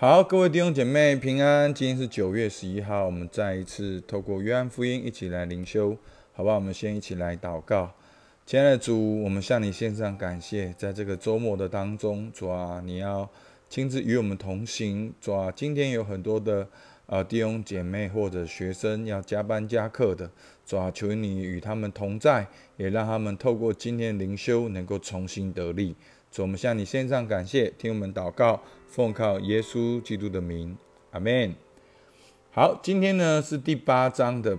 好，各位弟兄姐妹平安。今天是9月11号，我们再一次透过约翰福音一起来灵修，好不好？我们先一起来祷告。亲爱的主，我们向你献上感谢，在这个周末的当中，主啊，你要亲自与我们同行。主啊，今天有很多的弟兄姐妹或者学生要加班加课的，主啊，求你与他们同在，也让他们透过今天的灵修能够重新得力。主，我们向你献上感谢，听我们祷告，奉靠耶稣基督的名，阿们。好，今天呢是第8章的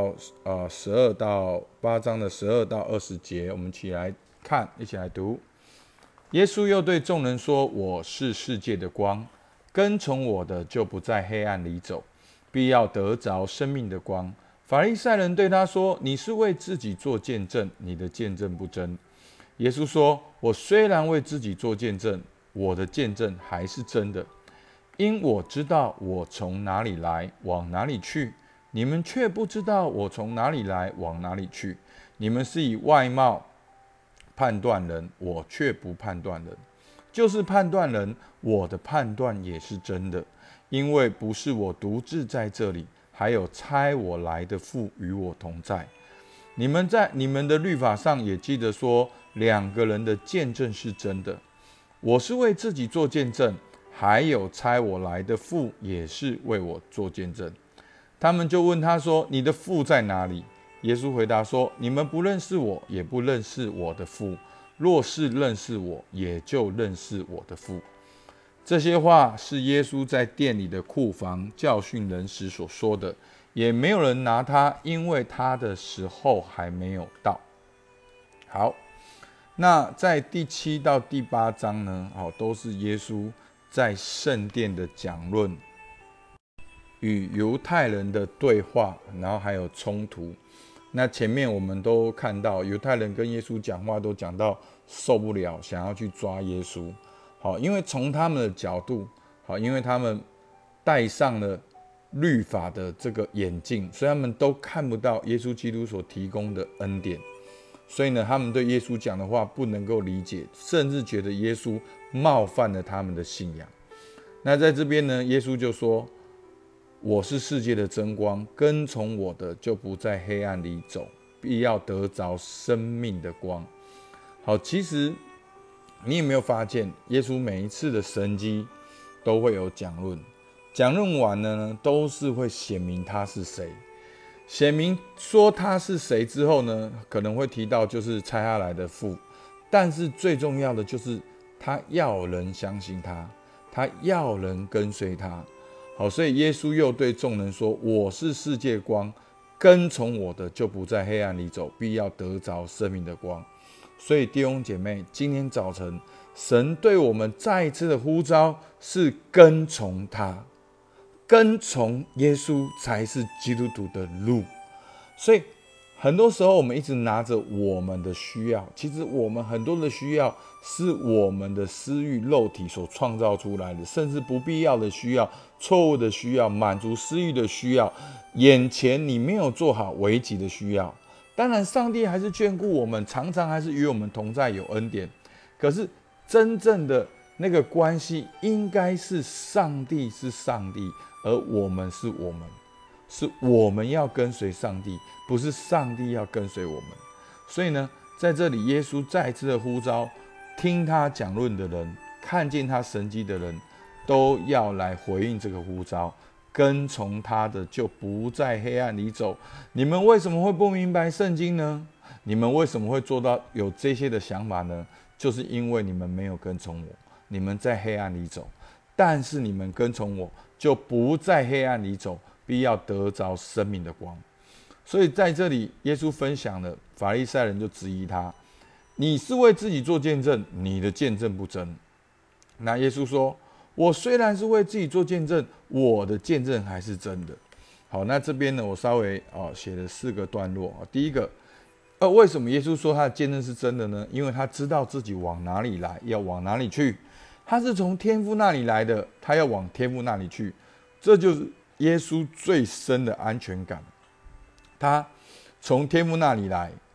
8章的12到20节，我们一起来看，一起来读。耶稣又对众人说：“我是世界的光，跟从我的就不在黑暗里走，必要得着生命的光。”法利赛人对他说：“你是为自己做见证，你的见证不真。”耶稣说：“我虽然为自己做见证，我的见证还是真的，因我知道我从哪里来，往哪里去。你们却不知道我从哪里来，往哪里去。你们是以外貌判断人，我却不判断人。就是判断人，我的判断也是真的，因为不是我独自在这里，还有差我来的父与我同在。你们在你们的律法上也记得说，2个人的见证是真的。我是为自己做见证，还有差我来的父也是为我做见证。他们就问他说：“你的父在哪里？”耶稣回答说：“你们不认识我，也不认识我的父。若是认识我，也就认识我的父。”这些话是耶稣在殿里的库房教训人时所说的，也没有人拿他，因为他的时候还没有到。好，那在第7到第8章呢，都是耶稣在圣殿的讲论，与犹太人的对话，然后还有冲突。那前面我们都看到，犹太人跟耶稣讲话都讲到受不了，想要去抓耶稣。好，因为从他们的角度，因为他们戴上了律法的这个眼镜，所以他们都看不到耶稣基督所提供的恩典。所以呢，他们对耶稣讲的话不能够理解，甚至觉得耶稣冒犯了他们的信仰。那在这边呢，耶稣就说：“我是世界的真光，跟从我的就不在黑暗里走，必要得着生命的光。”好，其实你有没有发现，耶稣每一次的神迹都会有讲论，讲论完了呢，都是会显明他是谁。显明说他是谁之后呢，可能会提到就是差他来的父，但是最重要的就是他要人相信他，他要人跟随他。好，所以耶稣又对众人说：“我是世界光，跟从我的就不在黑暗里走，必要得着生命的光。”所以弟兄姐妹，今天早晨神对我们再一次的呼召是跟从他，跟从耶稣才是基督徒的路。所以很多时候我们一直拿着我们的需要，其实我们很多的需要是我们的私欲肉体所创造出来的，甚至不必要的需要、错误的需要、满足私欲的需要，眼前你没有做好危急的需要。当然上帝还是眷顾我们，常常还是与我们同在，有恩典。可是真正的那个关系应该是上帝是上帝，而我们是我们，是我们要跟随上帝，不是上帝要跟随我们。所以呢，在这里耶稣再一次的呼召，听他讲论的人，看见他神迹的人，都要来回应这个呼召。跟从他的就不在黑暗里走。你们为什么会不明白圣经呢？你们为什么会做到有这些的想法呢？就是因为你们没有跟从我，你们在黑暗里走。但是你们跟从我，就不在黑暗里走，必要得着生命的光。所以在这里，耶稣分享了，法利赛人就质疑他：“你是为自己做见证，你的见证不真。”那耶稣说：“我虽然是为自己做见证，我的见证还是真的。”好，那这边呢，我稍微写了4个段落。第一个，为什么耶稣说他的见证是真的呢？因为他知道自己往哪里来，要往哪里去。他是从天父那里来的，他要往天父那里去。这就是耶稣最深的安全感。他从天父那里来，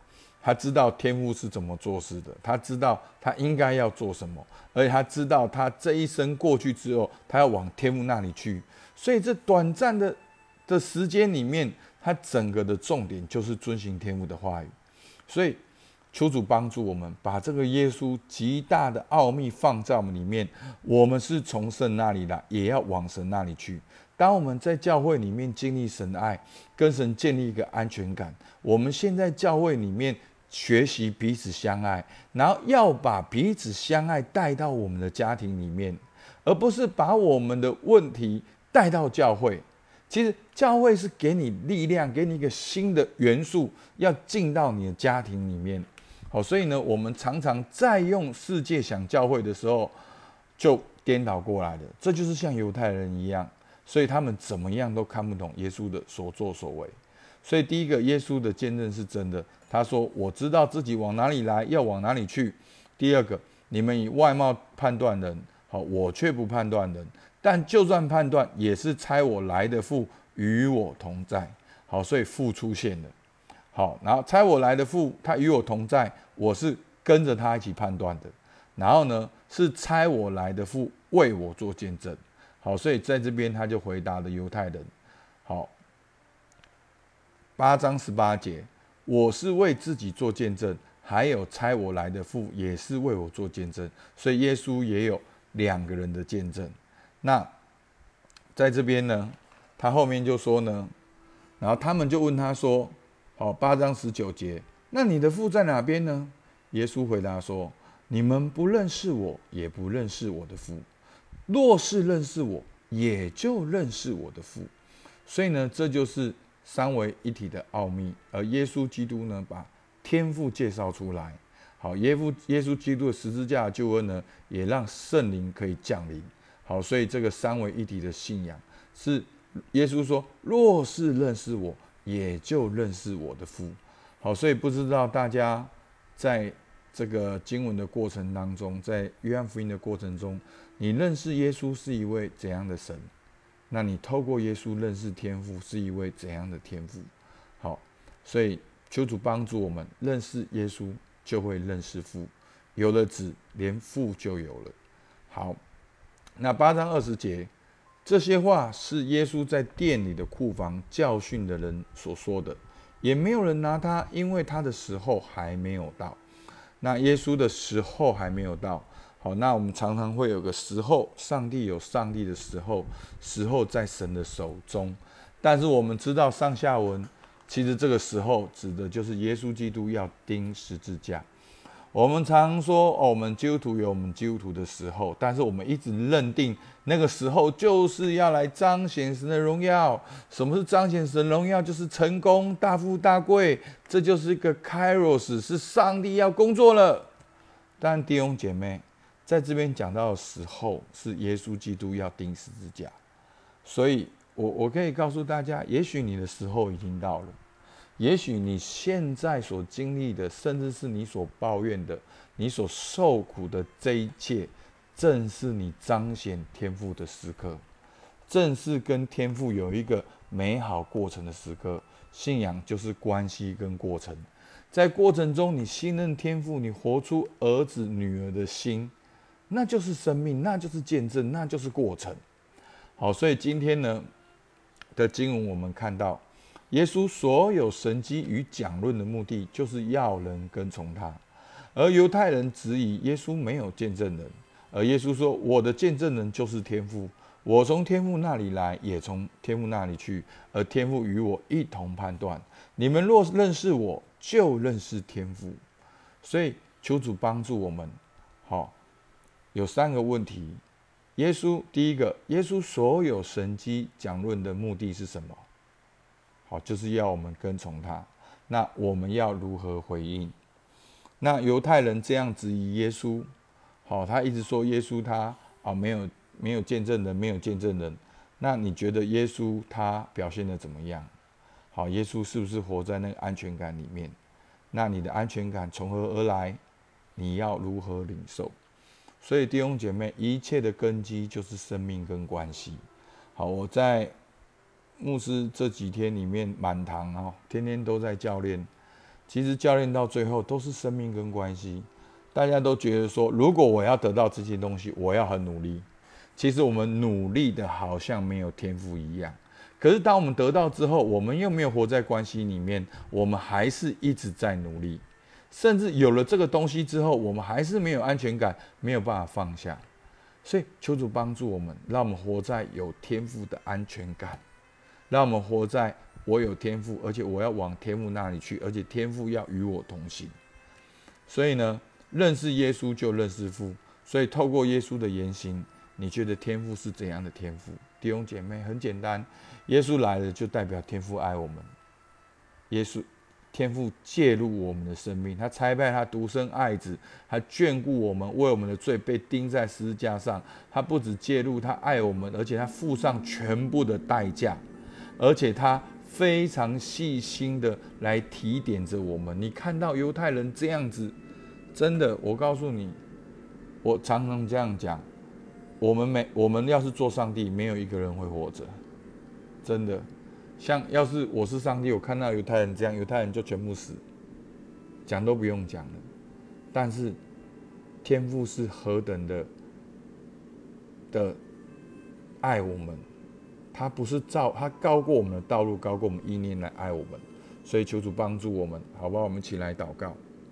他知道天父是怎么做事的，他知道他应该要做什么，而且他知道他这一生过去之后，他要往天父那里去。所以这短暂的时间里面，他整个的重点就是遵行天父的话语。所以求主帮助我们，把这个耶稣极大的奥秘放在我们里面。我们是从神那里来，也要往神那里去。当我们在教会里面经历神的爱，跟神建立一个安全感，我们现在教会里面学习彼此相爱，然后要把彼此相爱带到我们的家庭里面，而不是把我们的问题带到教会。其实教会是给你力量，给你一个新的元素，要进到你的家庭里面。好，所以呢，我们常常在用世界想教会的时候，就颠倒过来了。这就是像犹太人一样，所以他们怎么样都看不懂耶稣的所作所为。所以第一个，耶稣的见证是真的。他说：“我知道自己往哪里来，要往哪里去。”第二个，你们以外貌判断人，好，我却不判断人。但就算判断，也是差我来的父与我同在。好，所以父出现了。好，然后差我来的父，他与我同在，我是跟着他一起判断的。然后呢，是差我来的父为我做见证。好，所以在这边他就回答了犹太人。好，8章18节，我是为自己做见证，还有差我来的父也是为我做见证。所以耶稣也有2个人的见证。那在这边呢，他后面就说呢，然后他们就问他说。好，8章19节，那你的父在哪边呢？耶稣回答说：你们不认识我，也不认识我的父。若是认识我，也就认识我的父。所以呢，这就是三位一体的奥秘。而耶稣基督呢，把天父介绍出来。好，耶稣基督的十字架的救恩呢，也让圣灵可以降临。好，所以这个三位一体的信仰是耶稣说：若是认识我，也就认识我的父。好，所以不知道大家在这个经文的过程当中，在约翰福音的过程中，你认识耶稣是一位怎样的神？那你透过耶稣认识天父是一位怎样的天父？好，所以求主帮助我们认识耶稣，就会认识父。有了子，连父就有了。好，那8章20节。这些话是耶稣在殿里的库房教训的人所说的，也没有人拿他，因为他的时候还没有到。那耶稣的时候还没有到。好，那我们常常会有个时候，上帝有上帝的时候，时候在神的手中。但是我们知道上下文，其实这个时候指的就是耶稣基督要钉十字架。我们常说我们基督徒有我们基督徒的时候，但是我们一直认定那个时候就是要来彰显神的荣耀。什么是彰显神的荣耀？就是成功、大富大贵，这就是一个 Kairos， 是上帝要工作了。但弟兄姐妹，在这边讲到的时候，是耶稣基督要钉十字架。所以我可以告诉大家，也许你的时候已经到了。也许你现在所经历的，甚至是你所抱怨的、你所受苦的这一切，正是你彰显天父的时刻，正是跟天父有一个美好过程的时刻。信仰就是关系跟过程，在过程中你信任天父，你活出儿子女儿的心，那就是生命，那就是见证，那就是过程。好，所以今天呢的经文我们看到，耶稣所有神迹与讲论的目的，就是要人跟从他。而犹太人质疑耶稣没有见证人，而耶稣说：“我的见证人就是天父，我从天父那里来，也从天父那里去，而天父与我一同判断。你们若认识我，就认识天父。”所以求主帮助我们。好，有3个问题。耶稣第一个，耶稣所有神迹讲论的目的是什么？好，就是要我们跟从他。那我们要如何回应？那犹太人这样质疑耶稣，好，他一直说耶稣他没有见证人，没有见证人。那你觉得耶稣他表现得怎么样？好，耶稣是不是活在那个安全感里面？那你的安全感从何而来？你要如何领受？所以弟兄姐妹，一切的根基就是生命跟关系。好，我在牧师这几天里面满堂天天都在教练。 其实教练到最后都是生命跟关系。大家都觉得说，如果我要得到这些东西，我要很努力。其实我们努力的好像没有天赋一样。可是当我们得到之后，我们又没有活在关系里面，我们还是一直在努力。甚至有了这个东西之后，我们还是没有安全感，没有办法放下。所以求主帮助我们，让我们活在有天赋的安全感，让我们活在我有天赋，而且我要往天父那里去，而且天父要与我同行。所以呢，认识耶稣就认识父。所以透过耶稣的言行，你觉得天父是怎样的天父？弟兄姐妹，很简单，耶稣来了就代表天父爱我们。天父介入我们的生命，他差派他独生爱子，他眷顾我们，为我们的罪被钉在十字架上。他不只介入，他爱我们，而且他付上全部的代价，而且他非常细心的来提点着我们。你看到犹太人这样子，真的，我告诉你，我常常这样讲，我们要是做上帝，没有一个人会活着，真的。像要是我是上帝，我看到犹太人这样，犹太人就全部死，讲都不用讲了。但是天父是何等的爱我们，他不是他高过我们的道路，高过我们意念来爱我们。所以求主帮助我们，好不好？我们一起来祷告。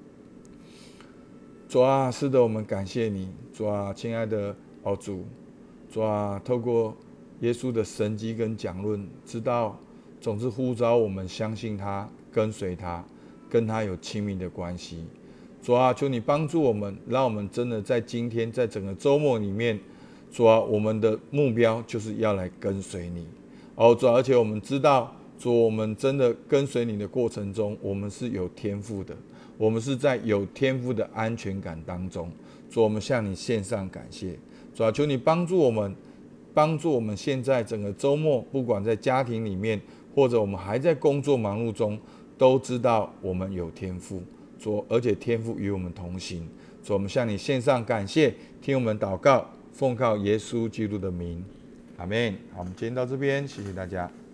主啊，是的，我们感谢你，主啊，亲爱的主，主啊，透过耶稣的神迹跟讲论，知道总是呼召我们相信他，跟随他，跟他有亲密的关系。主啊，求你帮助我们，让我们真的在今天，在整个周末里面，主啊，我们的目标就是要来跟随你。主啊，而且我们知道，主，我们真的跟随你的过程中，我们是有天赋的，我们是在有天赋的安全感当中。主，我们向你献上感谢。主啊，求你帮助我们现在整个周末，不管在家庭里面，或者我们还在工作忙碌中，都知道我们有天赋，主，而且天父与我们同行。主，我们向你献上感谢，听我们祷告，奉靠耶稣基督的名，阿们。好，我们今天到这边，谢谢大家。